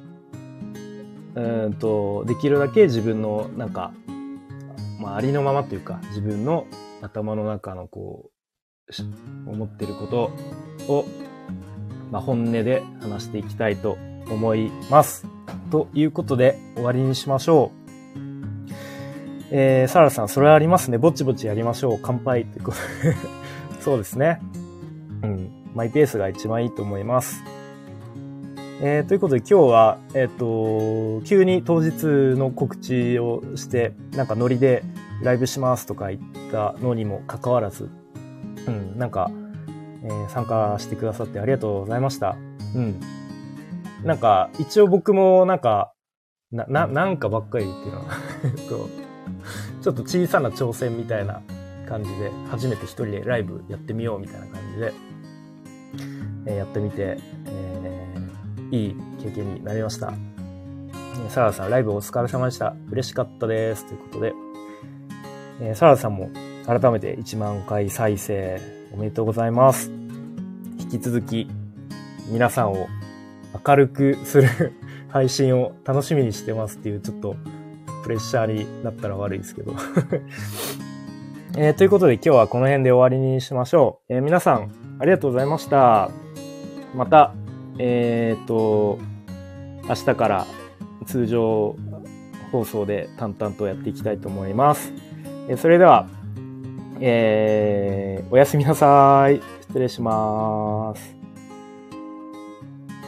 うんとできるだけ自分のなんか、まあ、ありのままというか自分の頭の中のこう思ってることを、まあ、本音で話していきたいと思います。ということで終わりにしましょう。えー、サラさんそれはありますね。ぼちぼちやりましょう。乾杯ということでそうですね。うん、マイペースが一番いいと思います。えー、ということで今日は、えっと、急に当日の告知をして、なんかノリでライブしますとか言ったのにもかかわらず、うん、なんか、えー、参加してくださってありがとうございました。うん。なんか、一応僕もなんか、な、な、なんかばっかりっていうのはちょっと小さな挑戦みたいな感じで、初めて一人でライブやってみようみたいな感じで、えー、やってみて、えーいい経験になりました。サラさん、ライブお疲れ様でした。嬉しかったです。ということで、えー、サラさんも改めていちまんかい再生おめでとうございます。引き続き皆さんを明るくする配信を楽しみにしてますっていう、ちょっとプレッシャーになったら悪いですけど、えー、ということで今日はこの辺で終わりにしましょう。えー、皆さんありがとうございました。またえっと、明日から通常放送で淡々とやっていきたいと思います。それでは、えー、おやすみなさい。失礼します。